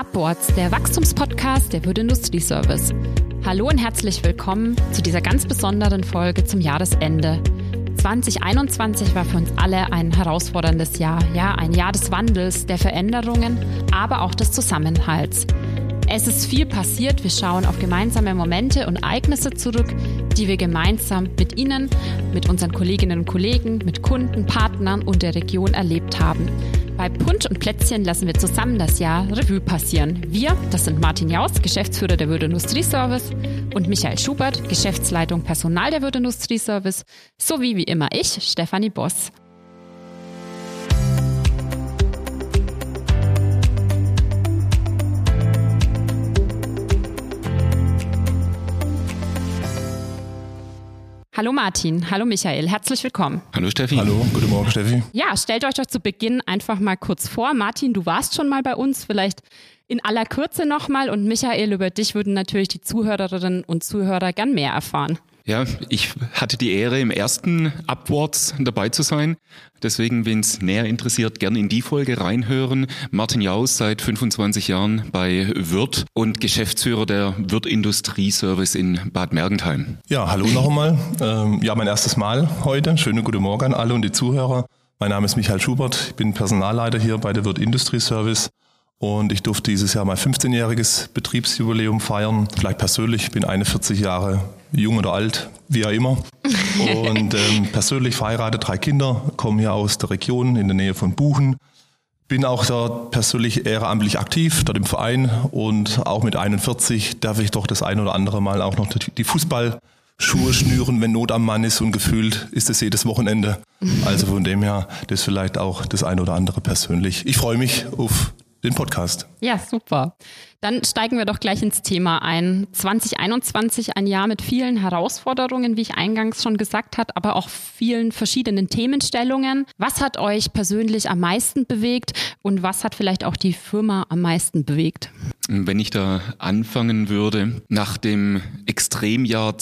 Upwards, der Wachstumspodcast der Würth Industrieservice. Hallo und herzlich willkommen zu dieser ganz besonderen Folge zum Jahresende. 2021 war für uns alle ein herausforderndes Jahr. Ja, ein Jahr des Wandels, der Veränderungen, aber auch des Zusammenhalts. Es ist viel passiert. Wir schauen auf gemeinsame Momente und Ereignisse zurück, die wir gemeinsam mit Ihnen, mit unseren Kolleginnen und Kollegen, mit Kunden, Partnern und der Region erlebt haben. Bei Punsch und Plätzchen lassen wir zusammen das Jahr Revue passieren. Wir, das sind Martin Jaus, Geschäftsführer der Würth Industrieservice, und Michael Schubert, Geschäftsleitung Personal der Würth Industrieservice, sowie wie immer ich, Stefanie Boss. Hallo Martin, hallo Michael, herzlich willkommen. Hallo Steffi. Hallo, guten Morgen Steffi. Ja, stellt euch doch zu Beginn einfach mal kurz vor. Martin, du warst schon mal bei uns, vielleicht in aller Kürze nochmal, und Michael, über dich würden natürlich die Zuhörerinnen und Zuhörer gern mehr erfahren. Ja, ich hatte die Ehre, im ersten Upwards dabei zu sein. Deswegen, wenn es näher interessiert, gerne in die Folge reinhören. Martin Jaus, seit 25 Jahren bei Würth und Geschäftsführer der Würth Industrieservice in Bad Mergentheim. Ja, hallo noch einmal. Mein erstes Mal heute. Schönen guten Morgen an alle und die Zuhörer. Mein Name ist Michael Schubert. Ich bin Personalleiter hier bei der Würth Industrieservice. Und ich durfte dieses Jahr mein 15-jähriges Betriebsjubiläum feiern. Vielleicht persönlich, ich bin 41 Jahre jung oder alt, wie auch immer. Und persönlich verheiratet, 3 Kinder, komme hier aus der Region in der Nähe von Buchen. Bin auch dort persönlich ehrenamtlich aktiv, dort im Verein. Und auch mit 41 darf ich doch das ein oder andere Mal auch noch die Fußballschuhe schnüren, wenn Not am Mann ist, und gefühlt ist es jedes Wochenende. Also von dem her, das vielleicht auch das ein oder andere persönlich. Ich freue mich auf den Podcast. Ja, super. Dann steigen wir doch gleich ins Thema ein. 2021, ein Jahr mit vielen Herausforderungen, wie ich eingangs schon gesagt habe, aber auch vielen verschiedenen Themenstellungen. Was hat euch persönlich am meisten bewegt und was hat vielleicht auch die Firma am meisten bewegt? Wenn ich da anfangen würde, nach dem Extremjahr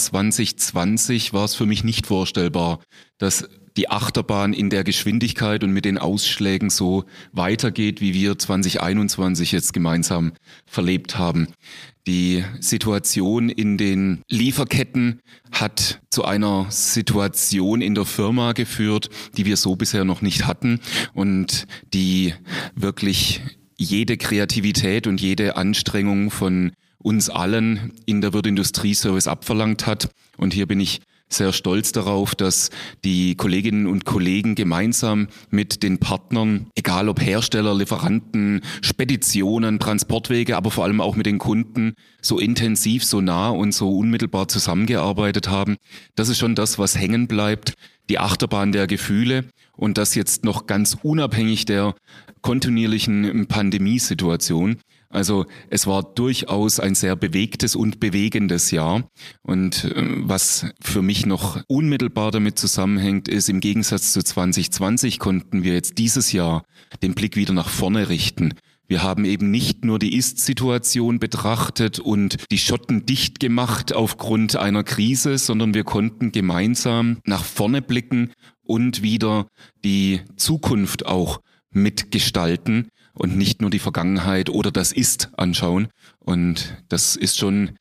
2020 war es für mich nicht vorstellbar, dass die Achterbahn in der Geschwindigkeit und mit den Ausschlägen so weitergeht, wie wir 2021 jetzt gemeinsam verlebt haben. Die Situation in den Lieferketten hat zu einer Situation in der Firma geführt, die wir so bisher noch nicht hatten und die wirklich jede Kreativität und jede Anstrengung von uns allen in der Würth Industrieservice abverlangt hat. Und hier bin ich sehr stolz darauf, dass die Kolleginnen und Kollegen gemeinsam mit den Partnern, egal ob Hersteller, Lieferanten, Speditionen, Transportwege, aber vor allem auch mit den Kunden, so intensiv, so nah und so unmittelbar zusammengearbeitet haben. Das ist schon das, was hängen bleibt, die Achterbahn der Gefühle, und das jetzt noch ganz unabhängig der kontinuierlichen Pandemiesituation. Also es war durchaus ein sehr bewegtes und bewegendes Jahr, und was für mich noch unmittelbar damit zusammenhängt, ist, im Gegensatz zu 2020 konnten wir jetzt dieses Jahr den Blick wieder nach vorne richten. Wir haben eben nicht nur die Ist-Situation betrachtet und die Schotten dicht gemacht aufgrund einer Krise, sondern wir konnten gemeinsam nach vorne blicken und wieder die Zukunft auch mitgestalten und nicht nur die Vergangenheit oder das Ist anschauen. Und das ist schon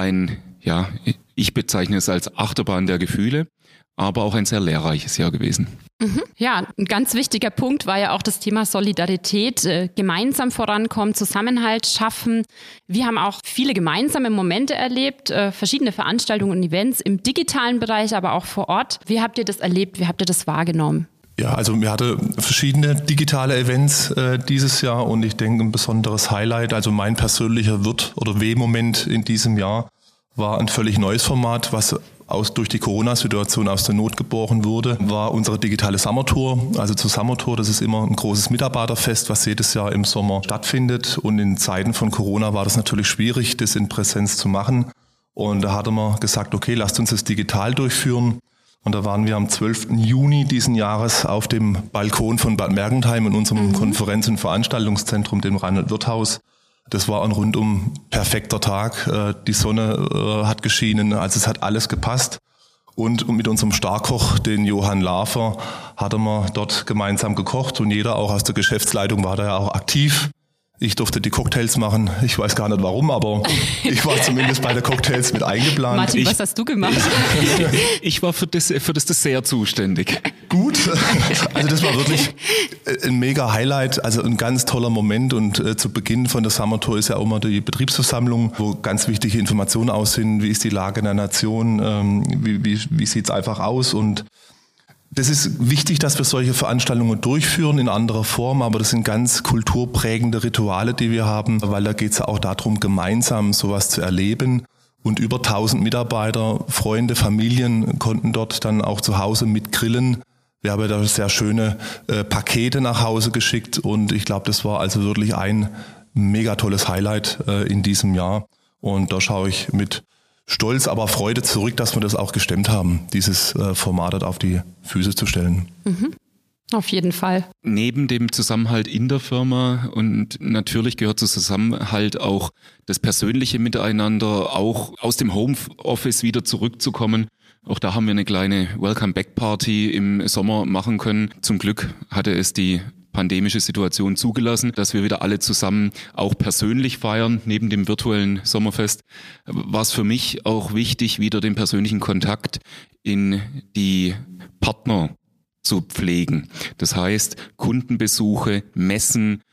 ich bezeichne es als Achterbahn der Gefühle, aber auch ein sehr lehrreiches Jahr gewesen. Ja, ein ganz wichtiger Punkt war ja auch das Thema Solidarität, gemeinsam vorankommen, Zusammenhalt schaffen. Wir haben auch viele gemeinsame Momente erlebt, verschiedene Veranstaltungen und Events im digitalen Bereich, aber auch vor Ort. Wie habt ihr das erlebt? Wie habt ihr das wahrgenommen? Ja, also wir hatten verschiedene digitale Events dieses Jahr, und ich denke, ein besonderes Highlight, also mein persönlicher W-Moment in diesem Jahr, war ein völlig neues Format, was durch die Corona-Situation aus der Not geboren wurde, war unsere digitale Summertour. Also zur Summertour, das ist immer ein großes Mitarbeiterfest, was jedes Jahr im Sommer stattfindet. Und in Zeiten von Corona war das natürlich schwierig, das in Präsenz zu machen. Und da hatten wir gesagt, okay, lasst uns das digital durchführen. Und da waren wir am 12. Juni diesen Jahres auf dem Balkon von Bad Mergentheim in unserem Konferenz- und Veranstaltungszentrum, dem Reinhold-Wirth-Haus. Das war ein rundum perfekter Tag. Die Sonne hat geschienen, also es hat alles gepasst. Und mit unserem Starkoch, den Johann Lafer, hatten wir dort gemeinsam gekocht, und jeder auch aus der Geschäftsleitung war da ja auch aktiv Ich durfte die Cocktails machen. Ich weiß gar nicht warum, aber ich war zumindest bei den Cocktails mit eingeplant. Martin, was hast du gemacht? Ich war für das Dessert zuständig. Gut, also das war wirklich ein mega Highlight, also ein ganz toller Moment und zu Beginn von der Summer Tour ist ja auch immer die Betriebsversammlung, wo ganz wichtige Informationen aus sind, wie ist die Lage in der Nation, wie sieht es einfach aus und das ist wichtig, dass wir solche Veranstaltungen durchführen in anderer Form, aber das sind ganz kulturprägende Rituale, die wir haben, weil da geht es ja auch darum, gemeinsam sowas zu erleben. Und über 1000 Mitarbeiter, Freunde, Familien konnten dort dann auch zu Hause mit grillen. Wir haben da sehr schöne Pakete nach Hause geschickt und ich glaube, das war also wirklich ein mega tolles Highlight in diesem Jahr. Und da schaue ich mit Stolz, aber Freude zurück, dass wir das auch gestemmt haben, dieses Format dort auf die Füße zu stellen. Mhm. Auf jeden Fall. Neben dem Zusammenhalt in der Firma und natürlich gehört zum Zusammenhalt auch das persönliche Miteinander, auch aus dem Homeoffice wieder zurückzukommen. Auch da haben wir eine kleine Welcome-Back-Party im Sommer machen können. Zum Glück hatte es die pandemische Situation zugelassen, dass wir wieder alle zusammen auch persönlich feiern, neben dem virtuellen Sommerfest. War es für mich auch wichtig, wieder den persönlichen Kontakt in die Partner zu pflegen. Das heißt, Kundenbesuche, Messen,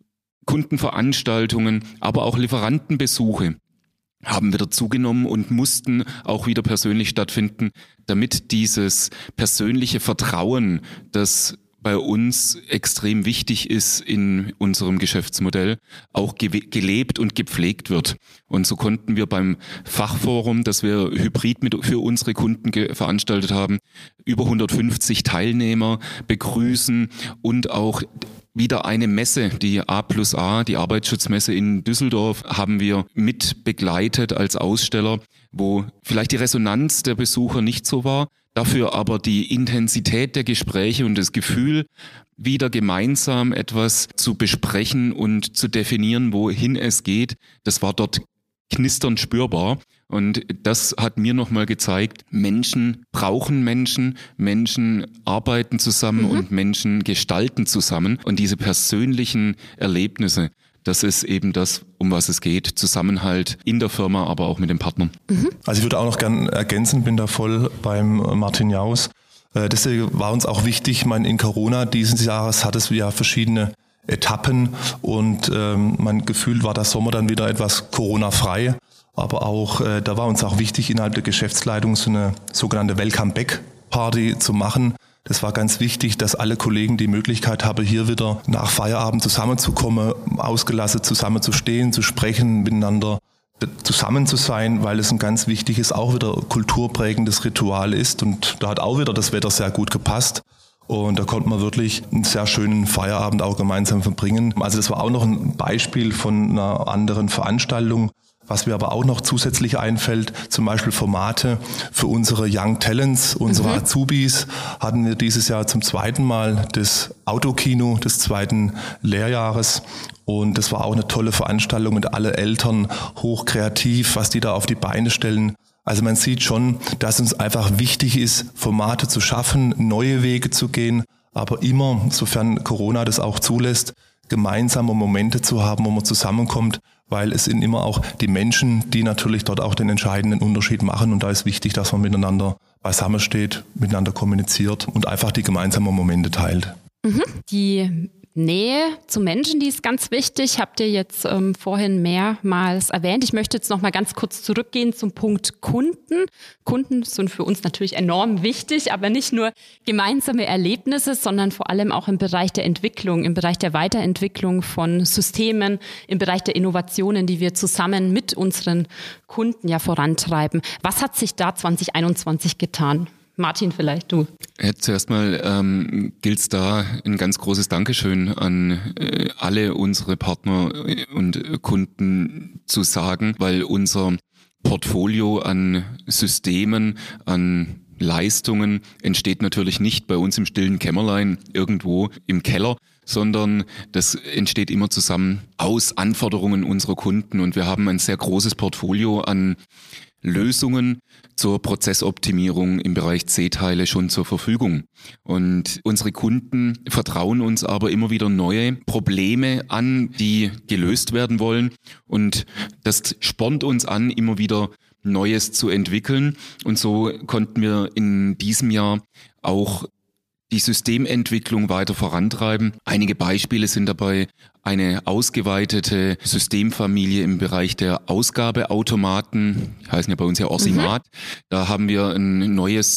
Kundenveranstaltungen, aber auch Lieferantenbesuche haben wieder zugenommen und mussten auch wieder persönlich stattfinden, damit dieses persönliche Vertrauen, das bei uns extrem wichtig ist in unserem Geschäftsmodell, auch gelebt und gepflegt wird. Und so konnten wir beim Fachforum, das wir hybrid für unsere Kunden veranstaltet haben, über 150 Teilnehmer begrüßen und auch wieder eine Messe, die A+A, die Arbeitsschutzmesse in Düsseldorf, haben wir mit begleitet als Aussteller, wo vielleicht die Resonanz der Besucher nicht so war, dafür aber die Intensität der Gespräche und das Gefühl, wieder gemeinsam etwas zu besprechen und zu definieren, wohin es geht, das war dort knisternd spürbar. Und das hat mir nochmal gezeigt, Menschen brauchen Menschen, Menschen arbeiten zusammen und Menschen gestalten zusammen. Und diese persönlichen Erlebnisse, das ist eben das, um was es geht. Zusammenhalt in der Firma, aber auch mit den Partnern. Also ich würde auch noch gern ergänzen, bin da voll beim Martin Jaus. Deswegen war uns auch wichtig, ich meine, in Corona dieses Jahres hat es ja verschiedene Etappen und mein Gefühl war der Sommer dann wieder etwas Corona-frei. Aber auch, da war uns auch wichtig, innerhalb der Geschäftsleitung so eine sogenannte Welcome-Back-Party zu machen. Das war ganz wichtig, dass alle Kollegen die Möglichkeit haben, hier wieder nach Feierabend zusammenzukommen, ausgelassen zusammenzustehen, zu sprechen, miteinander zusammen zu sein, weil es ein ganz wichtiges, auch wieder kulturprägendes Ritual ist. Und da hat auch wieder das Wetter sehr gut gepasst. Und da konnte man wirklich einen sehr schönen Feierabend auch gemeinsam verbringen. Also das war auch noch ein Beispiel von einer anderen Veranstaltung. Was mir aber auch noch zusätzlich einfällt, zum Beispiel Formate für unsere Young Talents, unsere Azubis, hatten wir dieses Jahr zum zweiten Mal das Autokino des zweiten Lehrjahres. Und das war auch eine tolle Veranstaltung und alle Eltern hochkreativ, was die da auf die Beine stellen. Also man sieht schon, dass uns einfach wichtig ist, Formate zu schaffen, neue Wege zu gehen, aber immer, sofern Corona das auch zulässt, gemeinsame Momente zu haben, wo man zusammenkommt, weil es sind immer auch die Menschen, die natürlich dort auch den entscheidenden Unterschied machen und da ist wichtig, dass man miteinander beisammen steht, miteinander kommuniziert und einfach die gemeinsamen Momente teilt. Die Nähe zu Menschen, die ist ganz wichtig, habt ihr jetzt vorhin mehrmals erwähnt. Ich möchte jetzt noch mal ganz kurz zurückgehen zum Punkt Kunden. Kunden sind für uns natürlich enorm wichtig, aber nicht nur gemeinsame Erlebnisse, sondern vor allem auch im Bereich der Entwicklung, im Bereich der Weiterentwicklung von Systemen, im Bereich der Innovationen, die wir zusammen mit unseren Kunden ja vorantreiben. Was hat sich da 2021 getan? Martin, vielleicht du. Zuerst mal gilt es da ein ganz großes Dankeschön an alle unsere Partner und Kunden zu sagen, weil unser Portfolio an Systemen, an Leistungen entsteht natürlich nicht bei uns im stillen Kämmerlein irgendwo im Keller, sondern das entsteht immer zusammen aus Anforderungen unserer Kunden und wir haben ein sehr großes Portfolio an Lösungen zur Prozessoptimierung im Bereich C-Teile schon zur Verfügung. Und unsere Kunden vertrauen uns aber immer wieder neue Probleme an, die gelöst werden wollen. Und das spornt uns an, immer wieder Neues zu entwickeln. Und so konnten wir in diesem Jahr auch die Systementwicklung weiter vorantreiben. Einige Beispiele sind dabei eine ausgeweitete Systemfamilie im Bereich der Ausgabeautomaten, die heißen ja bei uns ja Orsimat. Da haben wir ein neues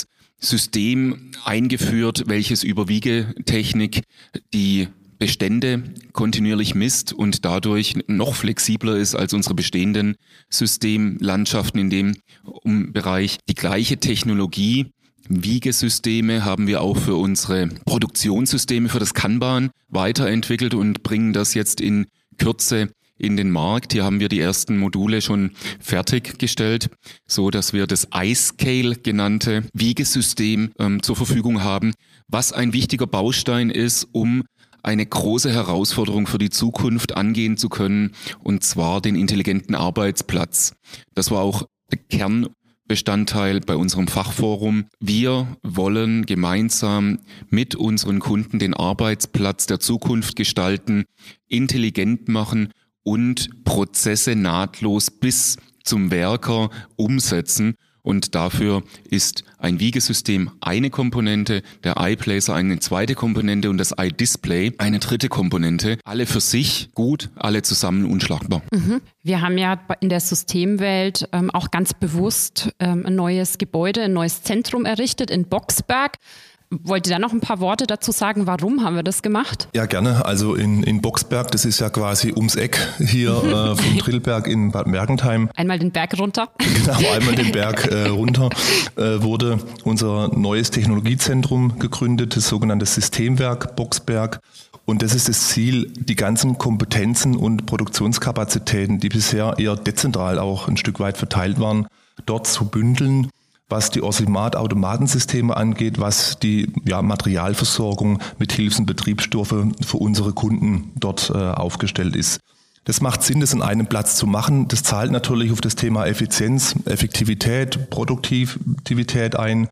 System eingeführt, welches über Wiegetechnik die Bestände kontinuierlich misst und dadurch noch flexibler ist als unsere bestehenden Systemlandschaften in dem Bereich. Die gleiche Technologie, Wiegesysteme, haben wir auch für unsere Produktionssysteme für das Kanban weiterentwickelt und bringen das jetzt in Kürze in den Markt. Hier haben wir die ersten Module schon fertiggestellt, so dass wir das iScale genannte Wiegesystem zur Verfügung haben, was ein wichtiger Baustein ist, um eine große Herausforderung für die Zukunft angehen zu können, und zwar den intelligenten Arbeitsplatz. Das war auch der Kernbestandteil bei unserem Fachforum. Wir wollen gemeinsam mit unseren Kunden den Arbeitsplatz der Zukunft gestalten, intelligent machen und Prozesse nahtlos bis zum Werker umsetzen. Und dafür ist ein Wiegesystem eine Komponente, der iPlacer eine zweite Komponente und das iDisplay eine dritte Komponente. Alle für sich gut, alle zusammen unschlagbar. Wir haben ja in der Systemwelt auch ganz bewusst ein neues Gebäude, ein neues Zentrum errichtet in Boxberg. Wollt ihr da noch ein paar Worte dazu sagen? Warum haben wir das gemacht? Ja, gerne. Also in Boxberg, das ist ja quasi ums Eck hier vom Trittelberg in Bad Mergentheim. Einmal den Berg runter. Genau, einmal den Berg runter wurde unser neues Technologiezentrum gegründet, das sogenannte Systemwerk Boxberg. Und das ist das Ziel, die ganzen Kompetenzen und Produktionskapazitäten, die bisher eher dezentral auch ein Stück weit verteilt waren, dort zu bündeln, was die Orsimat-Automatensysteme angeht, was die Materialversorgung mit Hilfs- und Betriebsstoffe für unsere Kunden dort aufgestellt ist. Das macht Sinn, das an einem Platz zu machen. Das zahlt natürlich auf das Thema Effizienz, Effektivität, Produktivität ein.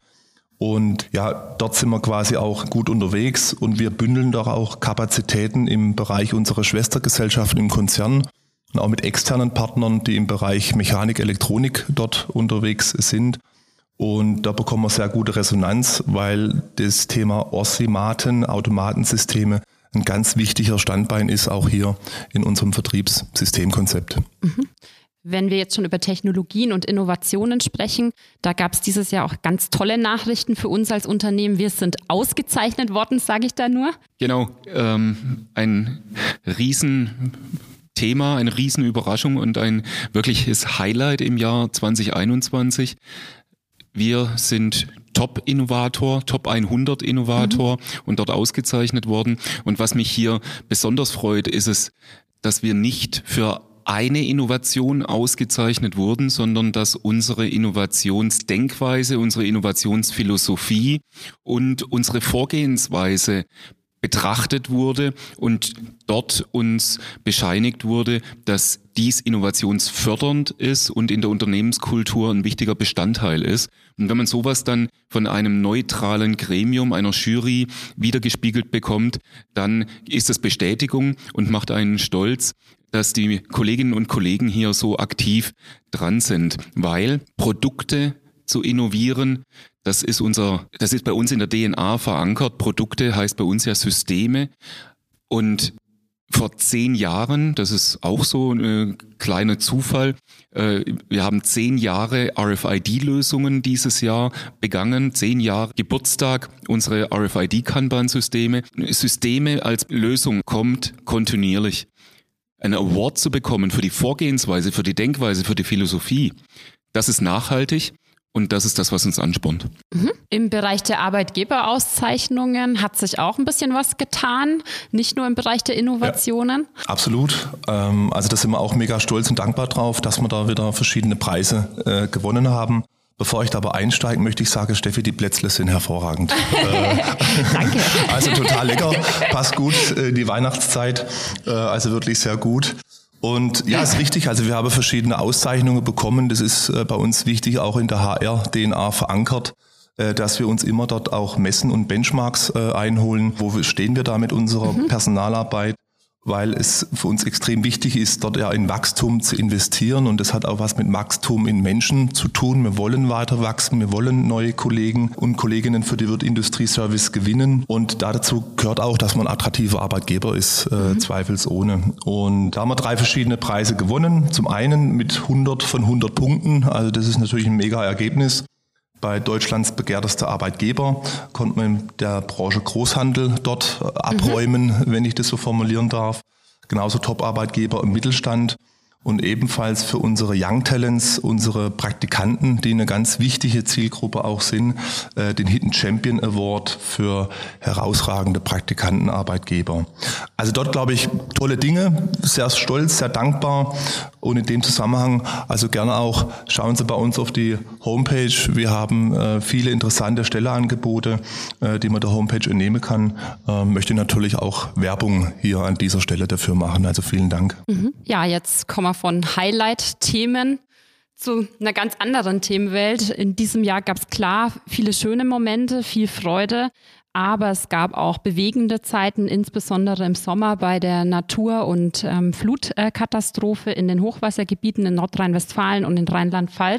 Und ja, dort sind wir quasi auch gut unterwegs und wir bündeln doch auch Kapazitäten im Bereich unserer Schwestergesellschaften im Konzern und auch mit externen Partnern, die im Bereich Mechanik, Elektronik dort unterwegs sind. Und da bekommen wir sehr gute Resonanz, weil das Thema Orsimaten, Automatensysteme ein ganz wichtiger Standbein ist, auch hier in unserem Vertriebssystemkonzept. Wenn wir jetzt schon über Technologien und Innovationen sprechen, da gab es dieses Jahr auch ganz tolle Nachrichten für uns als Unternehmen. Wir sind ausgezeichnet worden, sage ich da nur. Genau, ein Riesenthema, eine Riesenüberraschung und ein wirkliches Highlight im Jahr 2021. Wir sind Top-Innovator, Top 100 Innovator und dort ausgezeichnet worden. Und was mich hier besonders freut, ist es, dass wir nicht für eine Innovation ausgezeichnet wurden, sondern dass unsere Innovationsdenkweise, unsere Innovationsphilosophie und unsere Vorgehensweise betrachtet wurde und dort uns bescheinigt wurde, dass dies innovationsfördernd ist und in der Unternehmenskultur ein wichtiger Bestandteil ist. Und wenn man sowas dann von einem neutralen Gremium, einer Jury wiedergespiegelt bekommt, dann ist das Bestätigung und macht einen stolz, dass die Kolleginnen und Kollegen hier so aktiv dran sind, weil Produkte zu innovieren, das ist bei uns in der DNA verankert. Produkte heißt bei uns ja Systeme. Und vor 10 Jahren, das ist auch so ein kleiner Zufall, wir haben 10 Jahre RFID-Lösungen dieses Jahr begangen, 10 Jahre Geburtstag, unsere RFID-Kanban-Systeme. Systeme als Lösung kommt kontinuierlich. Einen Award zu bekommen für die Vorgehensweise, für die Denkweise, für die Philosophie, das ist nachhaltig. Und das ist das, was uns anspornt. Im Bereich der Arbeitgeberauszeichnungen hat sich auch ein bisschen was getan, nicht nur im Bereich der Innovationen. Ja, absolut. Also da sind wir auch mega stolz und dankbar drauf, dass wir da wieder verschiedene Preise gewonnen haben. Bevor ich da aber einsteige, möchte ich sagen, Steffi, die Plätzle sind hervorragend. Danke. Also total lecker, passt gut in die Weihnachtszeit, also wirklich sehr gut. Und ja, ist richtig. Also wir haben verschiedene Auszeichnungen bekommen. Das ist bei uns wichtig, auch in der HR-DNA verankert, dass wir uns immer dort auch messen und Benchmarks einholen. Wo stehen wir da mit unserer Personalarbeit? Weil es für uns extrem wichtig ist, dort ja in Wachstum zu investieren. Und das hat auch was mit Wachstum in Menschen zu tun. Wir wollen weiter wachsen, wir wollen neue Kollegen und Kolleginnen für die Wirt-Industrie-Service gewinnen. Und dazu gehört auch, dass man ein attraktiver Arbeitgeber ist, zweifelsohne. Und da haben wir 3 verschiedene Preise gewonnen. Zum einen mit 100 von 100 Punkten. Also das ist natürlich ein mega Ergebnis. Bei Deutschlands begehrtester Arbeitgeber konnte man in der Branche Großhandel dort abräumen, wenn ich das so formulieren darf. Genauso Top-Arbeitgeber im Mittelstand und ebenfalls für unsere Young Talents, unsere Praktikanten, die eine ganz wichtige Zielgruppe auch sind, den Hidden Champion Award für herausragende Praktikantenarbeitgeber. Also dort, glaube ich, tolle Dinge, sehr stolz, sehr dankbar. Und in dem Zusammenhang, also gerne auch, schauen Sie bei uns auf die Homepage. Wir haben viele interessante Stelleangebote, die man der Homepage entnehmen kann. Möchte natürlich auch Werbung hier an dieser Stelle dafür machen. Also vielen Dank. Ja, jetzt kommen wir von Highlight-Themen zu einer ganz anderen Themenwelt. In diesem Jahr gab es klar viele schöne Momente, viel Freude. Aber es gab auch bewegende Zeiten, insbesondere im Sommer bei der Natur- und Flutkatastrophe in den Hochwassergebieten in Nordrhein-Westfalen und in Rheinland-Pfalz.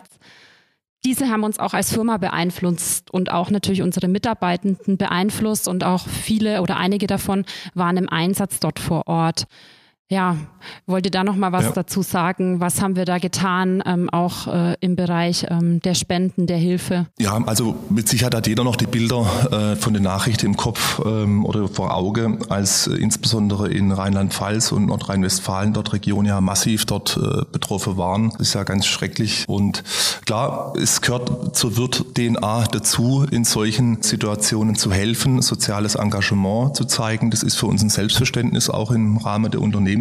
Diese haben uns auch als Firma beeinflusst und auch natürlich unsere Mitarbeitenden beeinflusst und auch viele oder einige davon waren im Einsatz dort vor Ort. Ja, wollt ihr da noch mal was dazu sagen? Was haben wir da getan, auch im Bereich der Spenden, der Hilfe? Ja, also mit Sicherheit hat jeder noch die Bilder von den Nachrichten im Kopf oder vor Auge, als insbesondere in Rheinland-Pfalz und Nordrhein-Westfalen dort Regionen ja massiv dort betroffen waren. Das ist ja ganz schrecklich. Und klar, es gehört zur Wirt-DNA dazu, in solchen Situationen zu helfen, soziales Engagement zu zeigen. Das ist für uns ein Selbstverständnis, auch im Rahmen der Unternehmenskultur.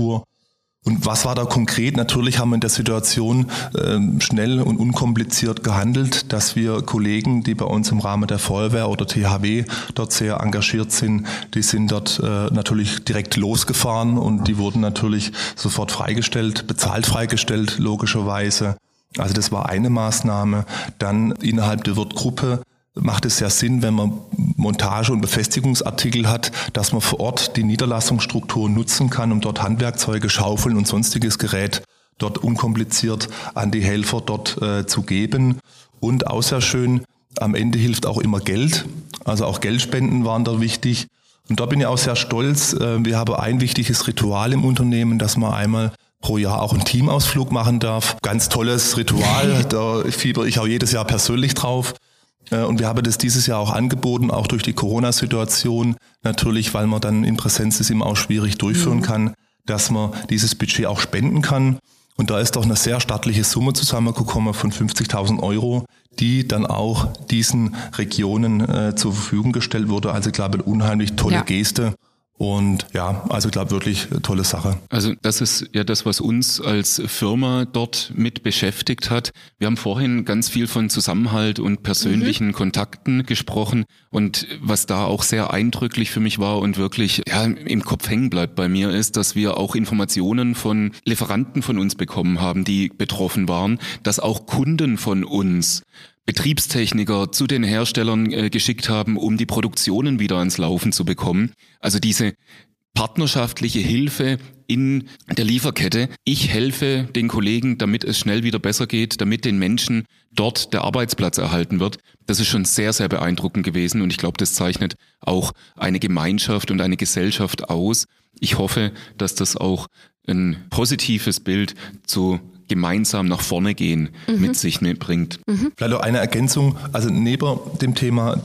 Und was war da konkret? Natürlich haben wir in der Situation schnell und unkompliziert gehandelt, dass wir Kollegen, die bei uns im Rahmen der Feuerwehr oder THW dort sehr engagiert sind, die sind dort natürlich direkt losgefahren und die wurden natürlich sofort freigestellt, bezahlt freigestellt, logischerweise. Also das war eine Maßnahme. Dann innerhalb der Wirtgruppe macht es ja Sinn, wenn man Montage- und Befestigungsartikel hat, dass man vor Ort die Niederlassungsstruktur nutzen kann, um dort Handwerkzeuge, Schaufeln und sonstiges Gerät dort unkompliziert an die Helfer dort zu geben. Und auch sehr schön, am Ende hilft auch immer Geld. Also auch Geldspenden waren da wichtig. Und da bin ich auch sehr stolz. Wir haben ein wichtiges Ritual im Unternehmen, dass man einmal pro Jahr auch einen Teamausflug machen darf. Ganz tolles Ritual, da fieber ich auch jedes Jahr persönlich drauf. Und wir haben das dieses Jahr auch angeboten, auch durch die Corona-Situation. Natürlich, weil man dann in Präsenz es immer auch schwierig durchführen kann, dass man dieses Budget auch spenden kann. Und da ist doch eine sehr stattliche Summe zusammengekommen von 50.000 €, die dann auch diesen Regionen zur Verfügung gestellt wurde. Also ich glaube, eine unheimlich tolle Geste. Und ja, also ich glaube wirklich tolle Sache. Also das ist ja das, was uns als Firma dort mit beschäftigt hat. Wir haben vorhin ganz viel von Zusammenhalt und persönlichen Kontakten gesprochen und was da auch sehr eindrücklich für mich war und wirklich im Kopf hängen bleibt bei mir ist, dass wir auch Informationen von Lieferanten von uns bekommen haben, die betroffen waren, dass auch Kunden von uns Betriebstechniker zu den Herstellern geschickt haben, um die Produktionen wieder ans Laufen zu bekommen. Also diese partnerschaftliche Hilfe in der Lieferkette. Ich helfe den Kollegen, damit es schnell wieder besser geht, damit den Menschen dort der Arbeitsplatz erhalten wird. Das ist schon sehr, sehr beeindruckend gewesen und ich glaube, das zeichnet auch eine Gemeinschaft und eine Gesellschaft aus. Ich hoffe, dass das auch ein positives Bild zu gemeinsam nach vorne gehen mit sich mitbringt. Vielleicht auch eine Ergänzung, also neben dem Thema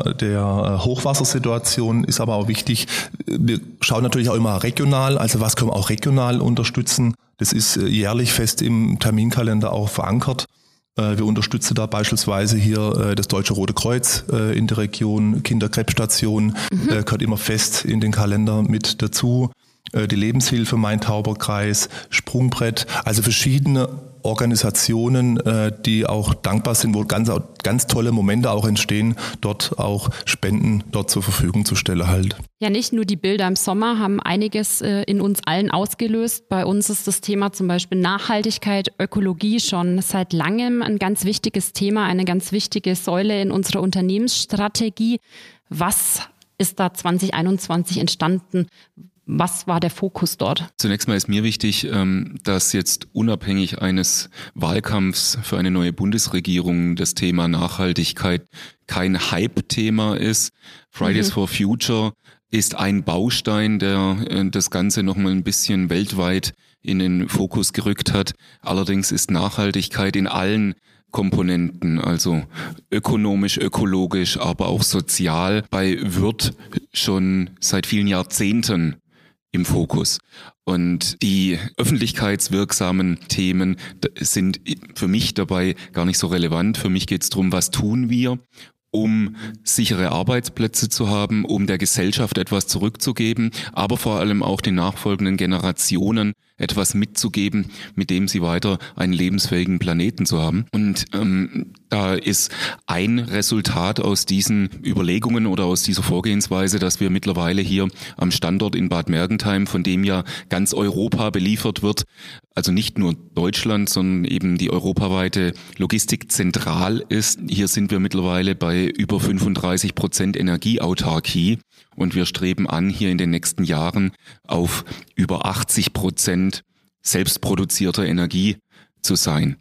der Hochwassersituation ist aber auch wichtig, wir schauen natürlich auch immer regional, also was können wir auch regional unterstützen. Das ist jährlich fest im Terminkalender auch verankert. Wir unterstützen da beispielsweise hier das Deutsche Rote Kreuz in der Region, Kinderkrebsstation gehört immer fest in den Kalender mit dazu. Die Lebenshilfe Main-Tauber-Kreis, Sprungbrett, also verschiedene Organisationen, die auch dankbar sind, wo ganz tolle Momente auch entstehen, dort auch Spenden dort zur Verfügung zu stellen halt. Ja, nicht nur die Bilder im Sommer haben einiges in uns allen ausgelöst. Bei uns ist das Thema zum Beispiel Nachhaltigkeit, Ökologie schon seit langem ein ganz wichtiges Thema, eine ganz wichtige Säule in unserer Unternehmensstrategie. Was ist da 2021 entstanden? Was war der Fokus dort? Zunächst mal ist mir wichtig, dass jetzt unabhängig eines Wahlkampfs für eine neue Bundesregierung das Thema Nachhaltigkeit kein Hype-Thema ist. Fridays for Future ist ein Baustein, der das Ganze nochmal ein bisschen weltweit in den Fokus gerückt hat. Allerdings ist Nachhaltigkeit in allen Komponenten, also ökonomisch, ökologisch, aber auch sozial, bei Würth schon seit vielen Jahrzehnten im Fokus. Und die öffentlichkeitswirksamen Themen sind für mich dabei gar nicht so relevant. Für mich geht es darum, was tun wir, um sichere Arbeitsplätze zu haben, um der Gesellschaft etwas zurückzugeben, aber vor allem auch den nachfolgenden Generationen etwas mitzugeben, mit dem sie weiter einen lebensfähigen Planeten zu haben. Und da ist ein Resultat aus diesen Überlegungen oder aus dieser Vorgehensweise, dass wir mittlerweile hier am Standort in Bad Mergentheim, von dem ja ganz Europa beliefert wird, also nicht nur Deutschland, sondern eben die europaweite Logistik zentral ist. Hier sind wir mittlerweile bei über 35% Energieautarkie und wir streben an, hier in den nächsten Jahren auf über 80% selbstproduzierter Energie zu sein.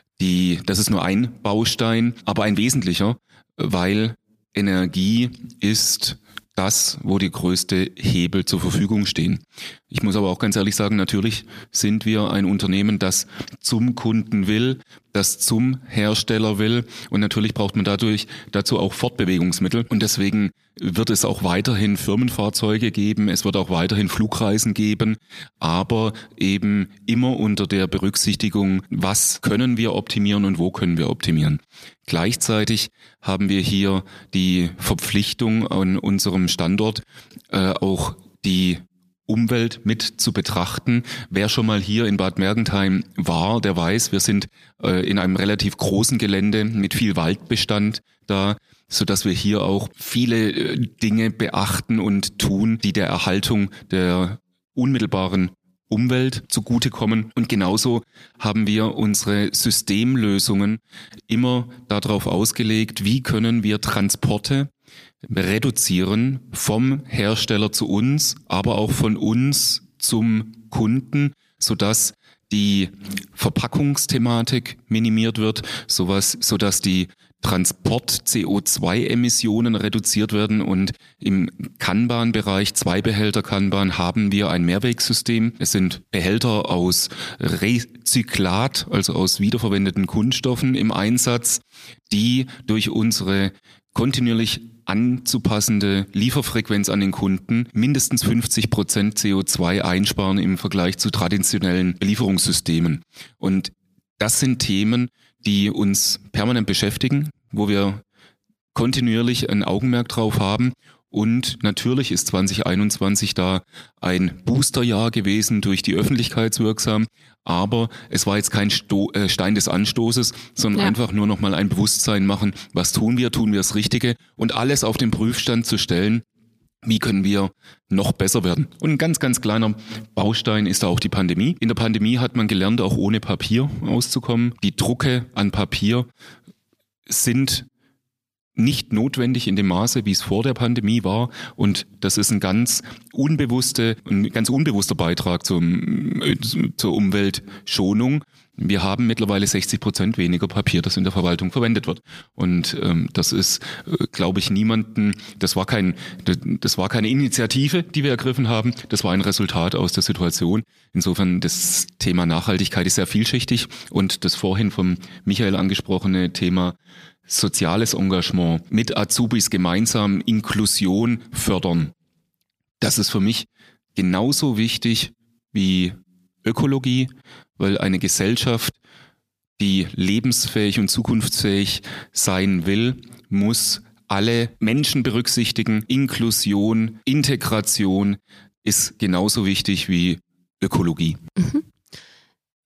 Das ist nur ein Baustein, aber ein wesentlicher, weil Energie ist das, wo die größte Hebel zur Verfügung stehen. Ich muss aber auch ganz ehrlich sagen, natürlich sind wir ein Unternehmen, das zum Kunden will, das zum Hersteller will und natürlich braucht man dazu auch Fortbewegungsmittel und deswegen wird es auch weiterhin Firmenfahrzeuge geben, es wird auch weiterhin Flugreisen geben, aber eben immer unter der Berücksichtigung, was können wir optimieren und wo können wir optimieren. Gleichzeitig haben wir hier die Verpflichtung an unserem Standort, auch die Umwelt mit zu betrachten. Wer schon mal hier in Bad Mergentheim war, der weiß, wir sind in einem relativ großen Gelände mit viel Waldbestand da, sodass wir hier auch viele Dinge beachten und tun, die der Erhaltung der unmittelbaren Umwelt zugutekommen. Und genauso haben wir unsere Systemlösungen immer darauf ausgelegt, wie können wir Transporte reduzieren vom Hersteller zu uns, aber auch von uns zum Kunden, sodass die Verpackungsthematik minimiert wird, sodass die Transport-CO2-Emissionen reduziert werden und im Kanban-Bereich, 2-Behälter-Kanban, haben wir ein Mehrwegsystem. Es sind Behälter aus Rezyklat, also aus wiederverwendeten Kunststoffen im Einsatz, die durch unsere kontinuierlich anzupassende Lieferfrequenz an den Kunden mindestens 50% CO2 einsparen im Vergleich zu traditionellen Belieferungssystemen. Und das sind Themen, die uns permanent beschäftigen, wo wir kontinuierlich ein Augenmerk drauf haben. Und natürlich ist 2021 da ein Boosterjahr gewesen, durch die Öffentlichkeitswirksam. Aber es war jetzt kein Stein des Anstoßes, sondern einfach nur nochmal ein Bewusstsein machen, was tun wir das Richtige und alles auf den Prüfstand zu stellen. Wie können wir noch besser werden? Und ein ganz, ganz kleiner Baustein ist da auch die Pandemie. In der Pandemie hat man gelernt, auch ohne Papier auszukommen. Die Drucke an Papier sind nicht notwendig in dem Maße, wie es vor der Pandemie war. Und das ist ein ganz unbewusster Beitrag zur Umweltschonung. Wir haben mittlerweile 60% weniger Papier, das in der Verwaltung verwendet wird. Und das ist, glaube ich, das war keine Initiative, die wir ergriffen haben, das war ein Resultat aus der Situation. Insofern, das Thema Nachhaltigkeit ist sehr vielschichtig und das vorhin von Michael angesprochene Thema soziales Engagement mit Azubis gemeinsam Inklusion fördern. Das ist für mich genauso wichtig wie Ökologie, weil eine Gesellschaft, die lebensfähig und zukunftsfähig sein will, muss alle Menschen berücksichtigen. Inklusion, Integration ist genauso wichtig wie Ökologie. Mhm.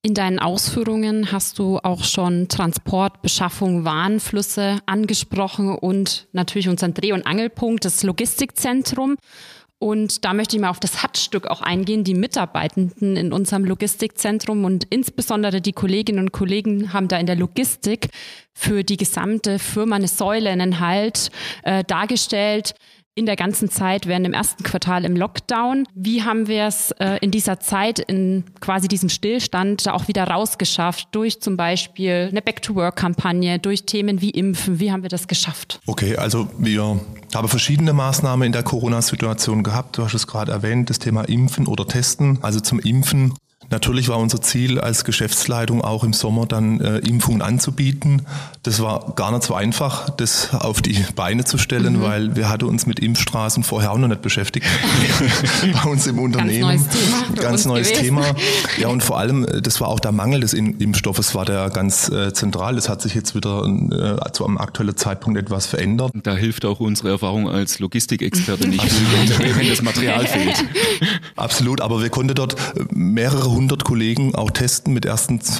In deinen Ausführungen hast du auch schon Transport, Beschaffung, Warenflüsse angesprochen und natürlich unseren Dreh- und Angelpunkt, das Logistikzentrum. Und da möchte ich mal auf das Herzstück auch eingehen. Die Mitarbeitenden in unserem Logistikzentrum und insbesondere die Kolleginnen und Kollegen haben da in der Logistik für die gesamte Firma eine Säule, einen Halt dargestellt. In der ganzen Zeit während dem ersten Quartal im Lockdown. Wie haben wir es in dieser Zeit, in quasi diesem Stillstand, da auch wieder rausgeschafft? Durch zum Beispiel eine Back-to-Work-Kampagne, durch Themen wie Impfen. Wie haben wir das geschafft? Okay, also wir haben verschiedene Maßnahmen in der Corona-Situation gehabt. Du hast es gerade erwähnt, das Thema Impfen oder Testen. Also zum Impfen. Natürlich war unser Ziel als Geschäftsleitung auch im Sommer dann Impfungen anzubieten. Das war gar nicht so einfach, das auf die Beine zu stellen, weil wir hatten uns mit Impfstraßen vorher auch noch nicht beschäftigt bei uns im Unternehmen. Ganz neues Thema. Ja, und vor allem, das war auch der Mangel des Impfstoffes, war der ganz zentral. Das hat sich jetzt wieder zu einem aktuellen Zeitpunkt etwas verändert. Da hilft auch unsere Erfahrung als Logistikexperte nicht, wenn das Material fehlt. Absolut, aber wir konnten dort mehrere 100 Kollegen auch testen mit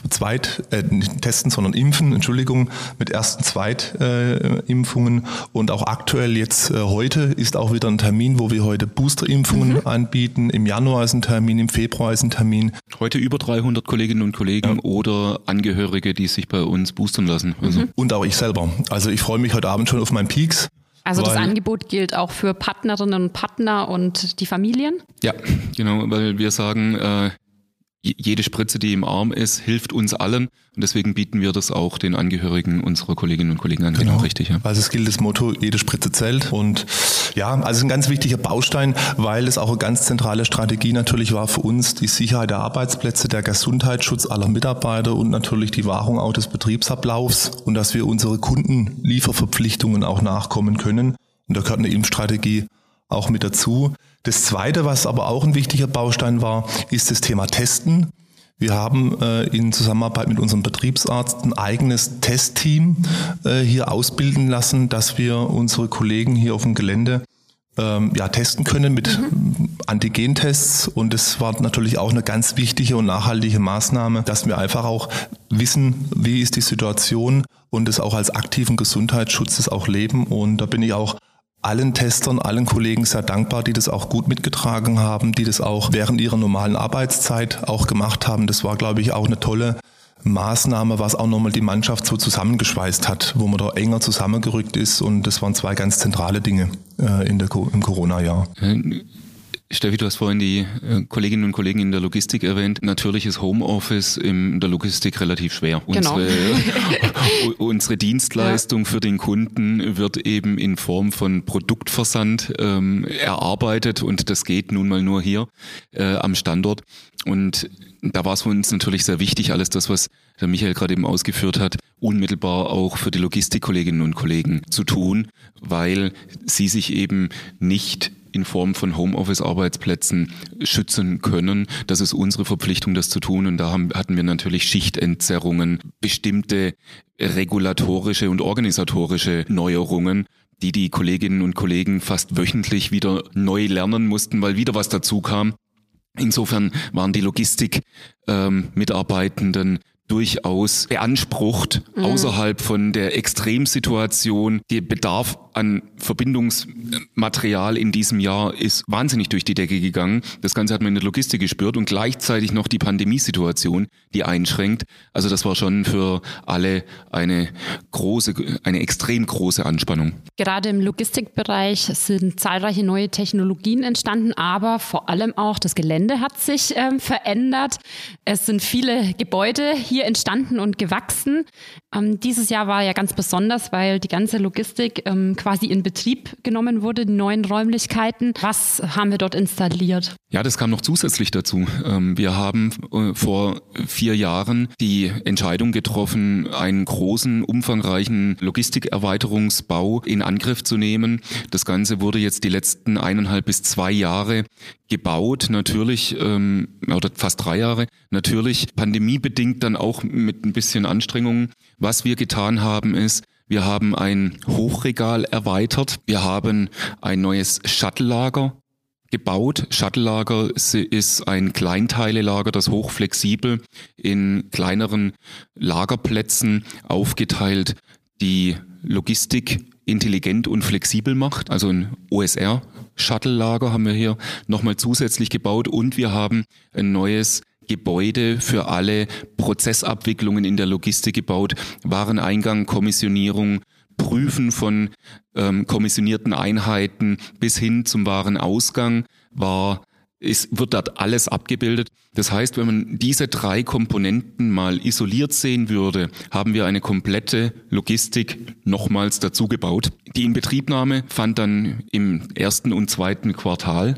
mit ersten, Zweitimpfungen und auch aktuell jetzt heute ist auch wieder ein Termin, wo wir heute Boosterimpfungen anbieten. Im Januar ist ein Termin, im Februar ist ein Termin. Heute über 300 Kolleginnen und Kollegen oder Angehörige, die sich bei uns boostern lassen. Also. Und auch ich selber. Also ich freue mich heute Abend schon auf meinen Peaks. Also das Angebot gilt auch für Partnerinnen und Partner und die Familien? Ja, genau, weil wir sagen, jede Spritze, die im Arm ist, hilft uns allen und deswegen bieten wir das auch den Angehörigen unserer Kolleginnen und Kollegen an. Genau, richtig. Ja. Also es gilt das Motto, jede Spritze zählt und ja, also es ist ein ganz wichtiger Baustein, weil es auch eine ganz zentrale Strategie natürlich war für uns, die Sicherheit der Arbeitsplätze, der Gesundheitsschutz aller Mitarbeiter und natürlich die Wahrung auch des Betriebsablaufs und dass wir unsere Kundenlieferverpflichtungen auch nachkommen können. Und da gehört eine Impfstrategie auch mit dazu. Das Zweite, was aber auch ein wichtiger Baustein war, ist das Thema Testen. Wir haben in Zusammenarbeit mit unserem Betriebsarzt ein eigenes Testteam hier ausbilden lassen, dass wir unsere Kollegen hier auf dem Gelände testen können mit Antigentests. Und es war natürlich auch eine ganz wichtige und nachhaltige Maßnahme, dass wir einfach auch wissen, wie ist die Situation und es auch als aktiven Gesundheitsschutz das auch leben. Und da bin ich auch allen Testern, allen Kollegen sehr dankbar, die das auch gut mitgetragen haben, die das auch während ihrer normalen Arbeitszeit auch gemacht haben. Das war, glaube ich, auch eine tolle Maßnahme, was auch nochmal die Mannschaft so zusammengeschweißt hat, wo man da enger zusammengerückt ist. Und das waren zwei ganz zentrale Dinge im Corona-Jahr. Steffi, du hast vorhin die Kolleginnen und Kollegen in der Logistik erwähnt. Natürlich ist Homeoffice in der Logistik relativ schwer. Genau. Unsere Dienstleistung für den Kunden wird eben in Form von Produktversand erarbeitet und das geht nun mal nur hier am Standort. Und da war es für uns natürlich sehr wichtig, alles das, was der Michael gerade eben ausgeführt hat, unmittelbar auch für die Logistikkolleginnen und Kollegen zu tun, weil sie sich eben nicht in Form von Homeoffice-Arbeitsplätzen schützen können. Das ist unsere Verpflichtung, das zu tun. Und da hatten wir natürlich Schichtentzerrungen, bestimmte regulatorische und organisatorische Neuerungen, die Kolleginnen und Kollegen fast wöchentlich wieder neu lernen mussten, weil wieder was dazu kam. Insofern waren die Logistik-Mitarbeitenden durchaus beansprucht, außerhalb von der Extremsituation. Der Bedarf an Verbindungsmaterial in diesem Jahr ist wahnsinnig durch die Decke gegangen. Das Ganze hat man in der Logistik gespürt und gleichzeitig noch die Pandemiesituation, die einschränkt. Also das war schon für alle eine extrem große Anspannung. Gerade im Logistikbereich sind zahlreiche neue Technologien entstanden, aber vor allem auch das Gelände hat sich verändert. Es sind viele Gebäude hier entstanden und gewachsen. Dieses Jahr war ja ganz besonders, weil die ganze Logistik quasi in Betrieb genommen wurde, die neuen Räumlichkeiten. Was haben wir dort installiert? Ja, das kam noch zusätzlich dazu. Wir haben vor 4 Jahren die Entscheidung getroffen, einen großen, umfangreichen Logistikerweiterungsbau in Angriff zu nehmen. Das Ganze wurde jetzt die letzten 1,5 bis 2 Jahre gebaut, natürlich, oder fast 3 Jahre, natürlich pandemiebedingt dann auch mit ein bisschen Anstrengungen. Was wir getan haben ist, wir haben ein Hochregal erweitert, wir haben ein neues Shuttle-Lager gebaut. Shuttle-Lager ist ein Kleinteile-Lager, das hochflexibel in kleineren Lagerplätzen aufgeteilt die Logistik intelligent und flexibel macht. Also ein OSR-Shuttle-Lager haben wir hier nochmal zusätzlich gebaut und wir haben ein neues Gebäude für alle Prozessabwicklungen in der Logistik gebaut. Wareneingang, Kommissionierung, Prüfen von kommissionierten Einheiten bis hin zum Warenausgang wird dort alles abgebildet. Das heißt, wenn man diese 3 Komponenten mal isoliert sehen würde, haben wir eine komplette Logistik nochmals dazu gebaut. Die Inbetriebnahme fand dann im 1. und 2. Quartal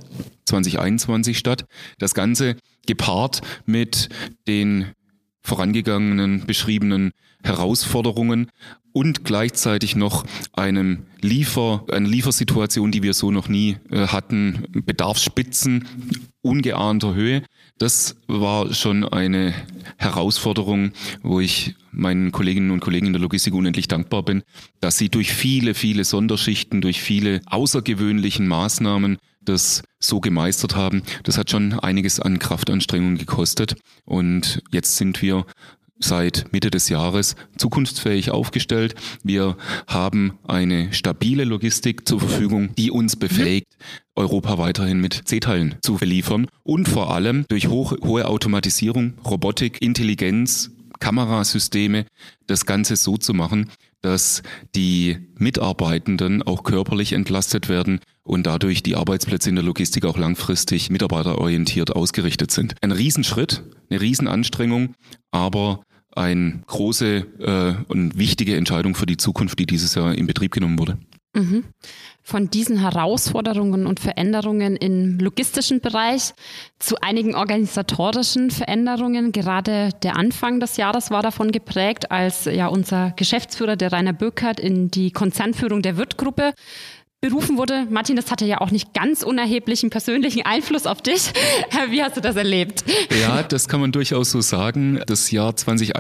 2021 statt. Das Ganze gepaart mit den vorangegangenen beschriebenen Herausforderungen und gleichzeitig noch eine Liefersituation, die wir so noch nie hatten, Bedarfsspitzen ungeahnter Höhe. Das war schon eine Herausforderung, wo ich meinen Kolleginnen und Kollegen in der Logistik unendlich dankbar bin, dass sie durch viele, viele Sonderschichten, durch viele außergewöhnlichen Maßnahmen das so gemeistert haben. Das hat schon einiges an Kraftanstrengungen gekostet und jetzt sind wir seit Mitte des Jahres zukunftsfähig aufgestellt. Wir haben eine stabile Logistik zur Verfügung, die uns befähigt, Europa weiterhin mit C-Teilen zu beliefern und vor allem durch hohe Automatisierung, Robotik, Intelligenz, Kamerasysteme, das Ganze so zu machen, dass die Mitarbeitenden auch körperlich entlastet werden und dadurch die Arbeitsplätze in der Logistik auch langfristig mitarbeiterorientiert ausgerichtet sind. Ein Riesenschritt, eine Riesenanstrengung, aber eine große und wichtige Entscheidung für die Zukunft, die dieses Jahr in Betrieb genommen wurde. Mhm. Von diesen Herausforderungen und Veränderungen im logistischen Bereich zu einigen organisatorischen Veränderungen. Gerade der Anfang des Jahres war davon geprägt, als ja unser Geschäftsführer, der Rainer Bürkert, in die Konzernführung der Wirth-Gruppe berufen wurde. Martin, das hatte ja auch nicht ganz unerheblichen persönlichen Einfluss auf dich. Wie hast du das erlebt? Ja, das kann man durchaus so sagen. Das Jahr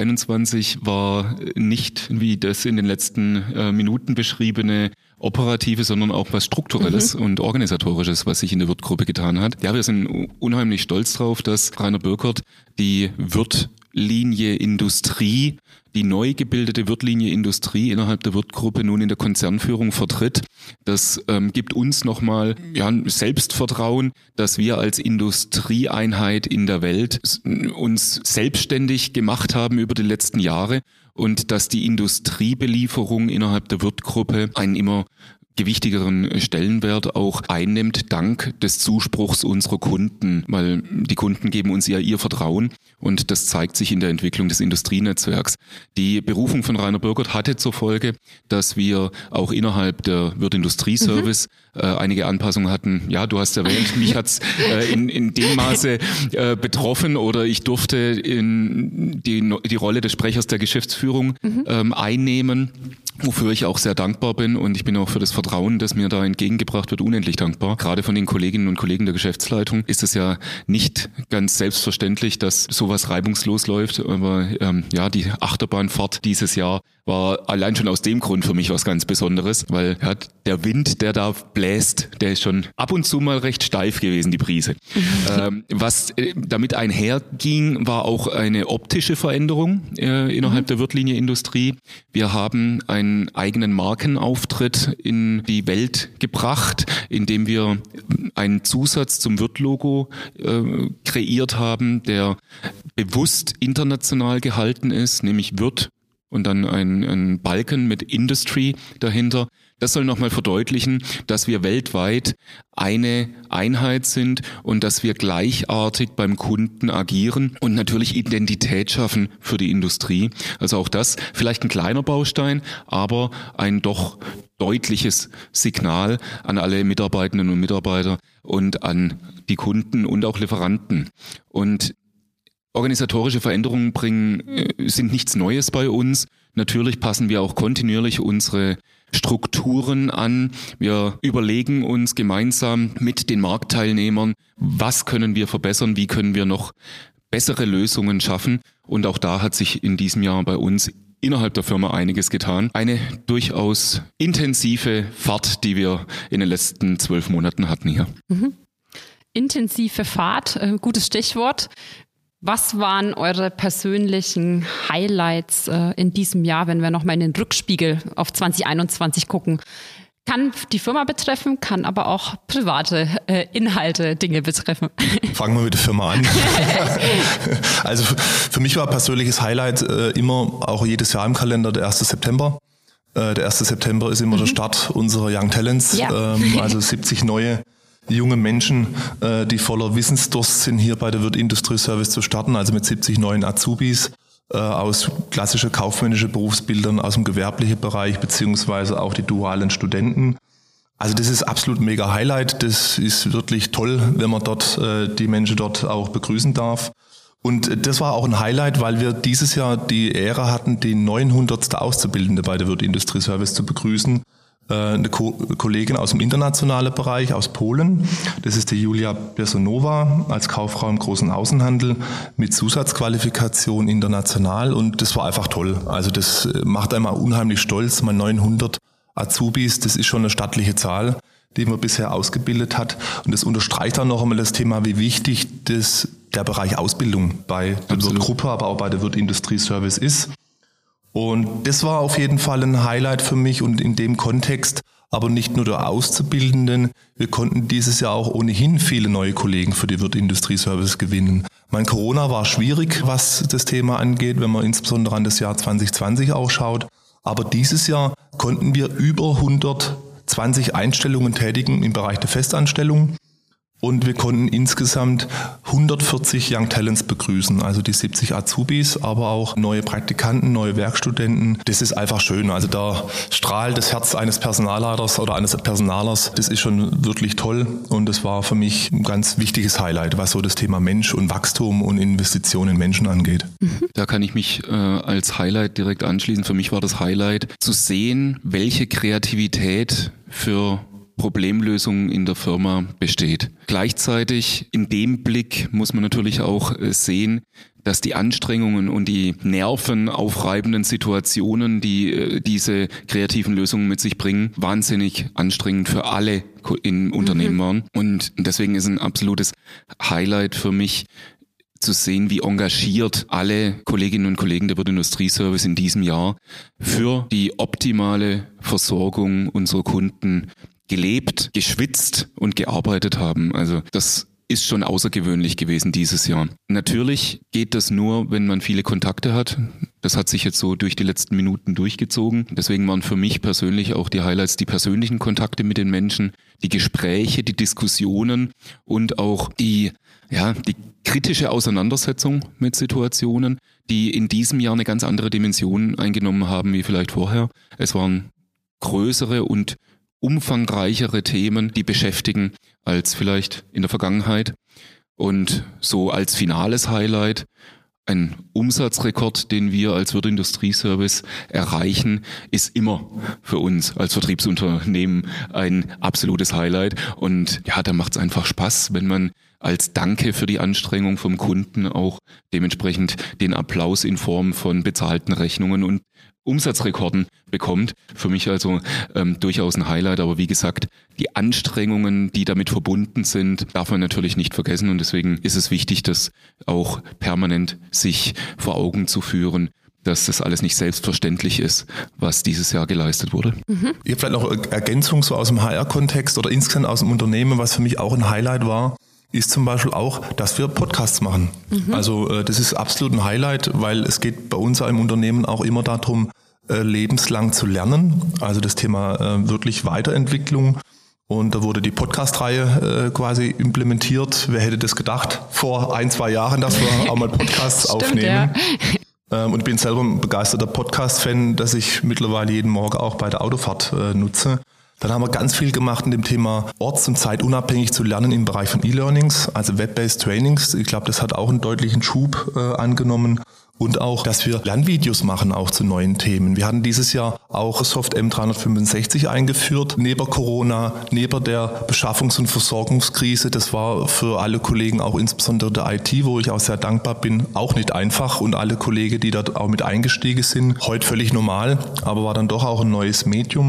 2021 war nicht, wie das in den letzten Minuten beschriebene, operative, sondern auch was Strukturelles und Organisatorisches, was sich in der Wirth-Gruppe getan hat. Ja, wir sind unheimlich stolz drauf, dass Rainer Bürkert die Wirth-Linie Industrie, die neu gebildete Wirth-Linie Industrie innerhalb der Wirth-Gruppe nun in der Konzernführung vertritt. Das gibt uns nochmal Selbstvertrauen, dass wir als Industrieeinheit in der Welt uns selbstständig gemacht haben über die letzten Jahre und dass die Industriebelieferung innerhalb der Wirth-Gruppe einen immer gewichtigeren Stellenwert auch einnimmt, dank des Zuspruchs unserer Kunden, weil die Kunden geben uns ja ihr Vertrauen und das zeigt sich in der Entwicklung des Industrienetzwerks. Die Berufung von Rainer Bürkert hatte zur Folge, dass wir auch innerhalb der Wirth Industrieservice einige Anpassungen hatten. Ja, du hast erwähnt, mich hat's in dem Maße betroffen oder ich durfte in die Rolle des Sprechers der Geschäftsführung einnehmen, wofür ich auch sehr dankbar bin und ich bin auch für das Vertrauen, das mir da entgegengebracht wird, unendlich dankbar. Gerade von den Kolleginnen und Kollegen der Geschäftsleitung ist es ja nicht ganz selbstverständlich, dass sowas reibungslos läuft, aber die Achterbahnfahrt dieses Jahr war allein schon aus dem Grund für mich was ganz Besonderes, weil der Wind, der da bläst, der ist schon ab und zu mal recht steif gewesen, die Brise. Was damit einherging, war auch eine optische Veränderung innerhalb der Wirth-Linie Industrie. Wir haben einen eigenen Markenauftritt in die Welt gebracht, indem wir einen Zusatz zum Wirth-Logo kreiert haben, der bewusst international gehalten ist, nämlich Wirth und dann ein Balken mit Industry dahinter. Das soll nochmal verdeutlichen, dass wir weltweit eine Einheit sind und dass wir gleichartig beim Kunden agieren und natürlich Identität schaffen für die Industrie. Also auch das vielleicht ein kleiner Baustein, aber ein doch deutliches Signal an alle Mitarbeiterinnen und Mitarbeiter und an die Kunden und auch Lieferanten. Und organisatorische Veränderungen sind nichts Neues bei uns. Natürlich passen wir auch kontinuierlich unsere Strukturen an. Wir überlegen uns gemeinsam mit den Marktteilnehmern, was können wir verbessern, wie können wir noch bessere Lösungen schaffen. Und auch da hat sich in diesem Jahr bei uns innerhalb der Firma einiges getan. Eine durchaus intensive Fahrt, die wir in den letzten 12 Monaten hatten hier. intensive Fahrt, gutes Stichwort. Was waren eure persönlichen Highlights in diesem Jahr, wenn wir nochmal in den Rückspiegel auf 2021 gucken? Kann die Firma betreffen, kann aber auch private Inhalte, Dinge betreffen. Fangen wir mit der Firma an. Also für mich war persönliches Highlight immer, auch jedes Jahr im Kalender, der 1. September. Der 1. September ist immer der Start unserer Young Talents, ja. Also 70 neue junge Menschen, die voller Wissensdurst sind, hier bei der Würth Industrie Service zu starten, also mit 70 neuen Azubis. Aus klassische kaufmännische Berufsbildern aus dem gewerblichen Bereich beziehungsweise auch die dualen Studenten. Also das ist absolut mega Highlight. Das ist wirklich toll, wenn man dort die Menschen dort auch begrüßen darf. Und das war auch ein Highlight, weil wir dieses Jahr die Ehre hatten, die 900. Auszubildende bei der Würth Industrie Service zu begrüßen. Eine Kollegin aus dem internationalen Bereich, aus Polen. Das ist die Julia Bersonova als Kauffrau im großen Außenhandel mit Zusatzqualifikation international. Und das war einfach toll. Also das macht einem unheimlich stolz. Mal 900 Azubis, das ist schon eine stattliche Zahl, die man bisher ausgebildet hat. Und das unterstreicht dann noch einmal das Thema, wie wichtig der Bereich Ausbildung bei der Würth-Gruppe, aber auch bei der Würth Industrie Service ist. Und das war auf jeden Fall ein Highlight für mich und in dem Kontext, aber nicht nur der Auszubildenden. Wir konnten dieses Jahr auch ohnehin viele neue Kollegen für die Würth Industrie Service gewinnen. Corona war schwierig, was das Thema angeht, wenn man insbesondere an das Jahr 2020 auch schaut. Aber dieses Jahr konnten wir über 120 Einstellungen tätigen im Bereich der Festanstellung. Und wir konnten insgesamt 140 Young Talents begrüßen, also die 70 Azubis, aber auch neue Praktikanten, neue Werkstudenten. Das ist einfach schön. Also da strahlt das Herz eines Personalleiters oder eines Personalers. Das ist schon wirklich toll und das war für mich ein ganz wichtiges Highlight, was so das Thema Mensch und Wachstum und Investitionen in Menschen angeht. Da kann ich mich als Highlight direkt anschließen. Für mich war das Highlight zu sehen, welche Kreativität für Problemlösungen in der Firma besteht. Gleichzeitig in dem Blick muss man natürlich auch sehen, dass die Anstrengungen und die nervenaufreibenden Situationen, die diese kreativen Lösungen mit sich bringen, wahnsinnig anstrengend für alle im Unternehmen waren. Und deswegen ist ein absolutes Highlight für mich, zu sehen, wie engagiert alle Kolleginnen und Kollegen der Würth Industrie Service in diesem Jahr für die optimale Versorgung unserer Kunden gelebt, geschwitzt und gearbeitet haben. Also das ist schon außergewöhnlich gewesen dieses Jahr. Natürlich geht das nur, wenn man viele Kontakte hat. Das hat sich jetzt so durch die letzten Minuten durchgezogen. Deswegen waren für mich persönlich auch die Highlights die persönlichen Kontakte mit den Menschen, die Gespräche, die Diskussionen und auch die kritische Auseinandersetzung mit Situationen, die in diesem Jahr eine ganz andere Dimension eingenommen haben wie vielleicht vorher. Es waren größere und umfangreichere Themen, die beschäftigen als vielleicht in der Vergangenheit. Und so als finales Highlight ein Umsatzrekord, den wir als Würth Industrie Service erreichen, ist immer für uns als Vertriebsunternehmen ein absolutes Highlight. Und ja, da macht es einfach Spaß, wenn man als Danke für die Anstrengung vom Kunden auch dementsprechend den Applaus in Form von bezahlten Rechnungen und Umsatzrekorden bekommt. Für mich also durchaus ein Highlight, aber wie gesagt, die Anstrengungen, die damit verbunden sind, darf man natürlich nicht vergessen und deswegen ist es wichtig, das auch permanent sich vor Augen zu führen, dass das alles nicht selbstverständlich ist, was dieses Jahr geleistet wurde. Ich habe vielleicht noch Ergänzung so aus dem HR-Kontext oder insgesamt aus dem Unternehmen, was für mich auch ein Highlight war, ist zum Beispiel auch, dass wir Podcasts machen. Also das ist absolut ein Highlight, weil es geht bei uns im Unternehmen auch immer darum, lebenslang zu lernen. Also das Thema wirklich Weiterentwicklung. Und da wurde die Podcast-Reihe quasi implementiert. Wer hätte das gedacht vor 1-2 Jahren, dass wir auch mal Podcasts aufnehmen. Ja. Und bin selber ein begeisterter Podcast-Fan, dass ich mittlerweile jeden Morgen auch bei der Autofahrt nutze. Dann haben wir ganz viel gemacht in dem Thema orts- und zeitunabhängig zu lernen im Bereich von E-Learnings, also Web-based Trainings. Ich glaube, das hat auch einen deutlichen Schub angenommen. Und auch, dass wir Lernvideos machen, auch zu neuen Themen. Wir hatten dieses Jahr auch Soft M365 eingeführt, neben Corona, neben der Beschaffungs- und Versorgungskrise. Das war für alle Kollegen, auch insbesondere der IT, wo ich auch sehr dankbar bin, auch nicht einfach. Und alle Kollegen, die dort auch mit eingestiegen sind, heute völlig normal, aber war dann doch auch ein neues Medium.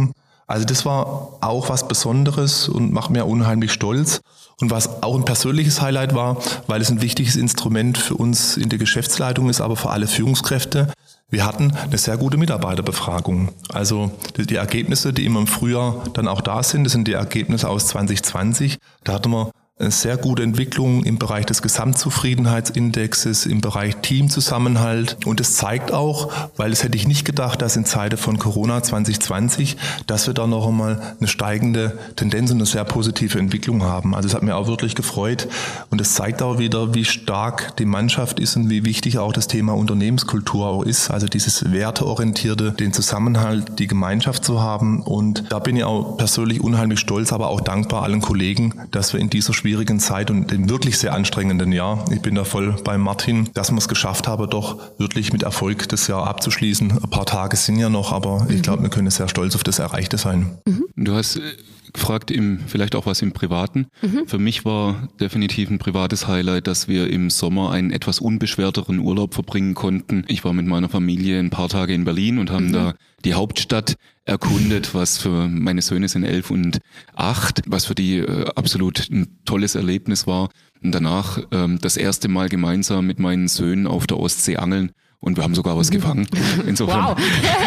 Also das war auch was Besonderes und macht mir unheimlich stolz. Und was auch ein persönliches Highlight war, weil es ein wichtiges Instrument für uns in der Geschäftsleitung ist, aber für alle Führungskräfte. Wir hatten eine sehr gute Mitarbeiterbefragung. Also die Ergebnisse, die immer im Frühjahr dann auch da sind, das sind die Ergebnisse aus 2020. Da hatten wir eine sehr gute Entwicklung im Bereich des Gesamtzufriedenheitsindexes, im Bereich Teamzusammenhalt. Und es zeigt auch, weil das hätte ich nicht gedacht, dass in Zeiten von Corona 2020, dass wir da noch einmal eine steigende Tendenz und eine sehr positive Entwicklung haben. Also es hat mir auch wirklich gefreut. Und es zeigt auch wieder, wie stark die Mannschaft ist und wie wichtig auch das Thema Unternehmenskultur auch ist. Also dieses Werteorientierte, den Zusammenhalt, die Gemeinschaft zu haben. Und da bin ich auch persönlich unheimlich stolz, aber auch dankbar allen Kollegen, dass wir in dieser schwierigen Zeit und dem wirklich sehr anstrengenden Jahr, ich bin da voll bei Martin, dass wir es geschafft haben, doch wirklich mit Erfolg das Jahr abzuschließen. Ein paar Tage sind ja noch, aber ich glaube, wir können sehr stolz auf das Erreichte sein. Du hast gefragt, vielleicht auch was im Privaten. Für mich war definitiv ein privates Highlight, dass wir im Sommer einen etwas unbeschwerteren Urlaub verbringen konnten. Ich war mit meiner Familie ein paar Tage in Berlin und haben da die Hauptstadt erkundet, was für meine Söhne sind 11 und 8, was für die absolut ein tolles Erlebnis war. Und danach das erste Mal gemeinsam mit meinen Söhnen auf der Ostsee angeln. Und wir haben sogar was gefangen. Insofern,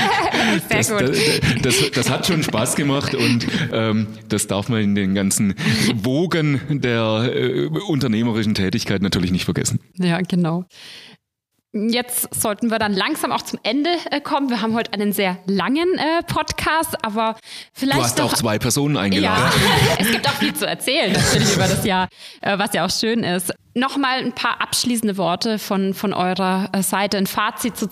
Sehr das hat schon Spaß gemacht und das darf man in den ganzen Wogen der unternehmerischen Tätigkeit natürlich nicht vergessen. Ja, genau. Jetzt sollten wir dann langsam auch zum Ende kommen. Wir haben heute einen sehr langen Podcast, aber vielleicht Du hast auch 2 Personen eingeladen. Ja, es gibt auch viel zu erzählen natürlich über das Jahr, was ja auch schön ist. Nochmal ein paar abschließende Worte von eurer Seite, ein Fazit zu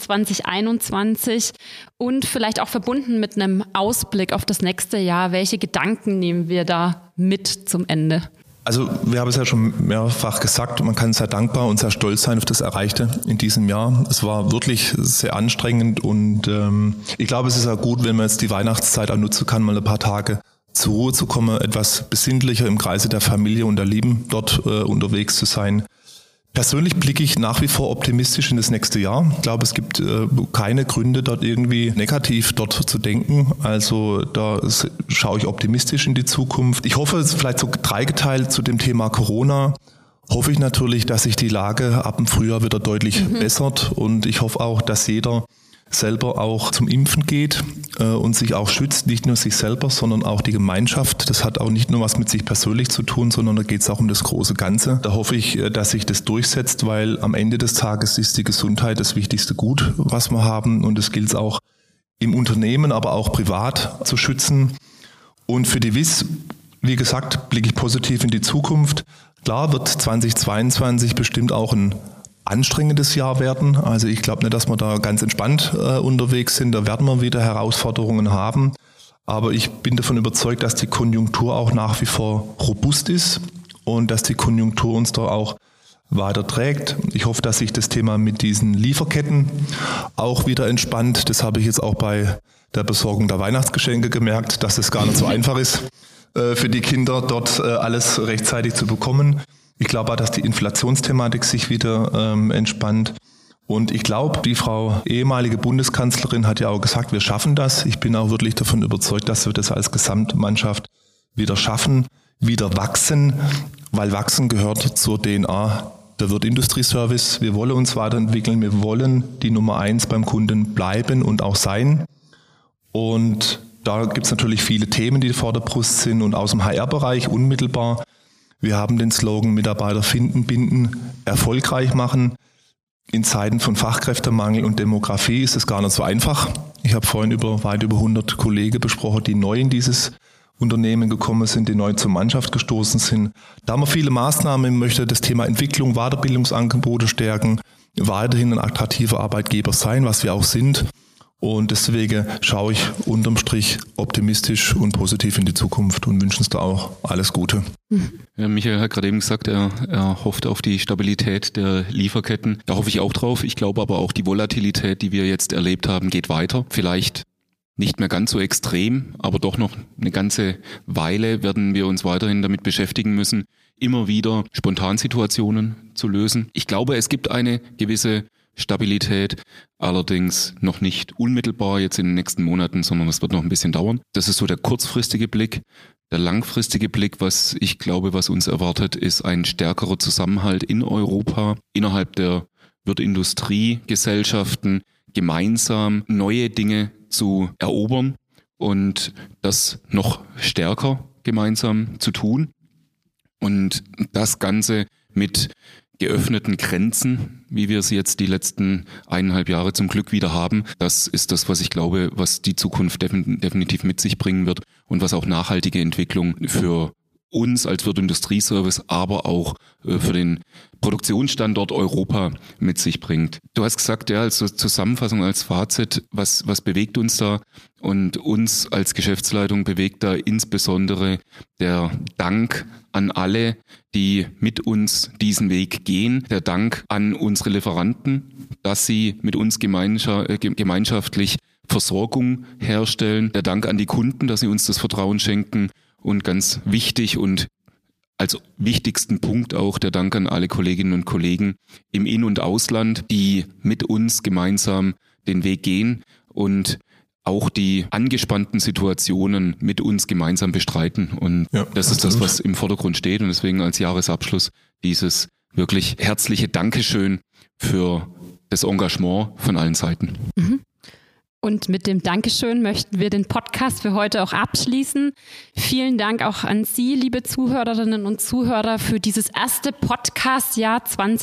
2021 und vielleicht auch verbunden mit einem Ausblick auf das nächste Jahr. Welche Gedanken nehmen wir da mit zum Ende? Also wir haben es ja schon mehrfach gesagt, man kann sehr dankbar und sehr stolz sein auf das Erreichte in diesem Jahr. Es war wirklich sehr anstrengend und ich glaube, es ist auch gut, wenn man jetzt die Weihnachtszeit auch nutzen kann, mal ein paar Tage zur Ruhe zu kommen, etwas besinnlicher im Kreise der Familie und der Lieben dort unterwegs zu sein. Persönlich blicke ich nach wie vor optimistisch in das nächste Jahr. Ich glaube, es gibt keine Gründe, dort irgendwie negativ dort zu denken. Also da schaue ich optimistisch in die Zukunft. Ich hoffe, es ist vielleicht so dreigeteilt zu dem Thema Corona. Hoffe ich natürlich, dass sich die Lage ab dem Frühjahr wieder deutlich bessert. Und ich hoffe auch, dass jeder selber auch zum Impfen geht und sich auch schützt, nicht nur sich selber, sondern auch die Gemeinschaft. Das hat auch nicht nur was mit sich persönlich zu tun, sondern da geht es auch um das große Ganze. Da hoffe ich, dass sich das durchsetzt, weil am Ende des Tages ist die Gesundheit das wichtigste Gut, was wir haben, und es gilt auch im Unternehmen, aber auch privat zu schützen. Und für die WIS, wie gesagt, blicke ich positiv in die Zukunft. Klar wird 2022 bestimmt auch ein anstrengendes Jahr werden. Also ich glaube nicht, dass wir da ganz entspannt unterwegs sind. Da werden wir wieder Herausforderungen haben. Aber ich bin davon überzeugt, dass die Konjunktur auch nach wie vor robust ist und dass die Konjunktur uns da auch weiter trägt. Ich hoffe, dass sich das Thema mit diesen Lieferketten auch wieder entspannt. Das habe ich jetzt auch bei der Besorgung der Weihnachtsgeschenke gemerkt, dass es gar nicht so einfach ist, für die Kinder dort alles rechtzeitig zu bekommen. Ich glaube auch, dass die Inflationsthematik sich wieder entspannt. Und ich glaube, die Frau ehemalige Bundeskanzlerin hat ja auch gesagt, wir schaffen das. Ich bin auch wirklich davon überzeugt, dass wir das als Gesamtmannschaft wieder schaffen, wieder wachsen, weil wachsen gehört zur DNA der Wirt Industrieservice. Wir wollen uns weiterentwickeln, wir wollen die Nummer 1 beim Kunden bleiben und auch sein. Und da gibt es natürlich viele Themen, die vor der Brust sind, und aus dem HR-Bereich unmittelbar. Wir haben den Slogan Mitarbeiter finden, binden, erfolgreich machen. In Zeiten von Fachkräftemangel und Demografie ist es gar nicht so einfach. Ich habe vorhin weit über 100 Kollegen besprochen, die neu in dieses Unternehmen gekommen sind, die neu zur Mannschaft gestoßen sind. Da haben wir viele Maßnahmen. Ich möchte das Thema Entwicklung, Weiterbildungsangebote stärken, weiterhin ein attraktiver Arbeitgeber sein, was wir auch sind. Und deswegen schaue ich unterm Strich optimistisch und positiv in die Zukunft und wünsche uns da auch alles Gute. Ja, Michael hat gerade eben gesagt, er hofft auf die Stabilität der Lieferketten. Da hoffe ich auch drauf. Ich glaube aber auch, die Volatilität, die wir jetzt erlebt haben, geht weiter. Vielleicht nicht mehr ganz so extrem, aber doch noch eine ganze Weile werden wir uns weiterhin damit beschäftigen müssen, immer wieder Spontansituationen zu lösen. Ich glaube, es gibt eine gewisse Stabilität, allerdings noch nicht unmittelbar jetzt in den nächsten Monaten, sondern es wird noch ein bisschen dauern. Das ist so der kurzfristige Blick. Der langfristige Blick, was ich glaube, was uns erwartet, ist ein stärkerer Zusammenhalt in Europa, innerhalb der Industriegesellschaften, gemeinsam neue Dinge zu erobern und das noch stärker gemeinsam zu tun. Und das Ganze mit geöffneten Grenzen, wie wir sie jetzt die letzten 1,5 Jahre zum Glück wieder haben. Das ist das, was ich glaube, was die Zukunft definitiv mit sich bringen wird und was auch nachhaltige Entwicklung für uns als Wirt Industrieservice, aber auch für den Produktionsstandort Europa mit sich bringt. Du hast gesagt, ja, als Zusammenfassung, als Fazit, was bewegt uns da? Und uns als Geschäftsleitung bewegt da insbesondere der Dank an alle, die mit uns diesen Weg gehen. Der Dank an unsere Lieferanten, dass sie mit uns gemeinschaftlich Versorgung herstellen. Der Dank an die Kunden, dass sie uns das Vertrauen schenken. Und ganz wichtig und als wichtigsten Punkt auch der Dank an alle Kolleginnen und Kollegen im In- und Ausland, die mit uns gemeinsam den Weg gehen und auch die angespannten Situationen mit uns gemeinsam bestreiten. Und ja, das ist das, was im Vordergrund steht. Und deswegen als Jahresabschluss dieses wirklich herzliche Dankeschön für das Engagement von allen Seiten. Mhm. Und mit dem Dankeschön möchten wir den Podcast für heute auch abschließen. Vielen Dank auch an Sie, liebe Zuhörerinnen und Zuhörer, für dieses erste Podcast-Jahr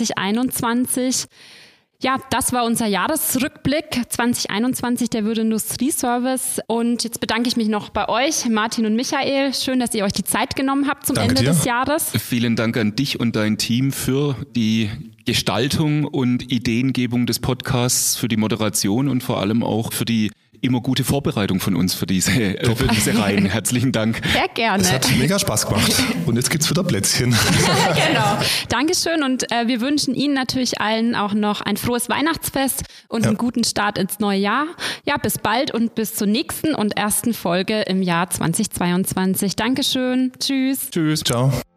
2021. Ja, das war unser Jahresrückblick 2021 der Wirt Industrieservice. Und jetzt bedanke ich mich noch bei euch, Martin und Michael. Schön, dass ihr euch die Zeit genommen habt zum Ende des Jahres. Vielen Dank an dich und dein Team für die Gestaltung und Ideengebung des Podcasts, für die Moderation und vor allem auch für die immer gute Vorbereitung von uns für diese Reihen. Herzlichen Dank. Sehr gerne. Es hat mega Spaß gemacht. Und jetzt gibt's wieder Plätzchen. Genau. Dankeschön und wir wünschen Ihnen natürlich allen auch noch ein frohes Weihnachtsfest und einen guten Start ins neue Jahr. Ja, bis bald und bis zur nächsten und ersten Folge im Jahr 2022. Dankeschön. Tschüss. Tschüss. Ciao.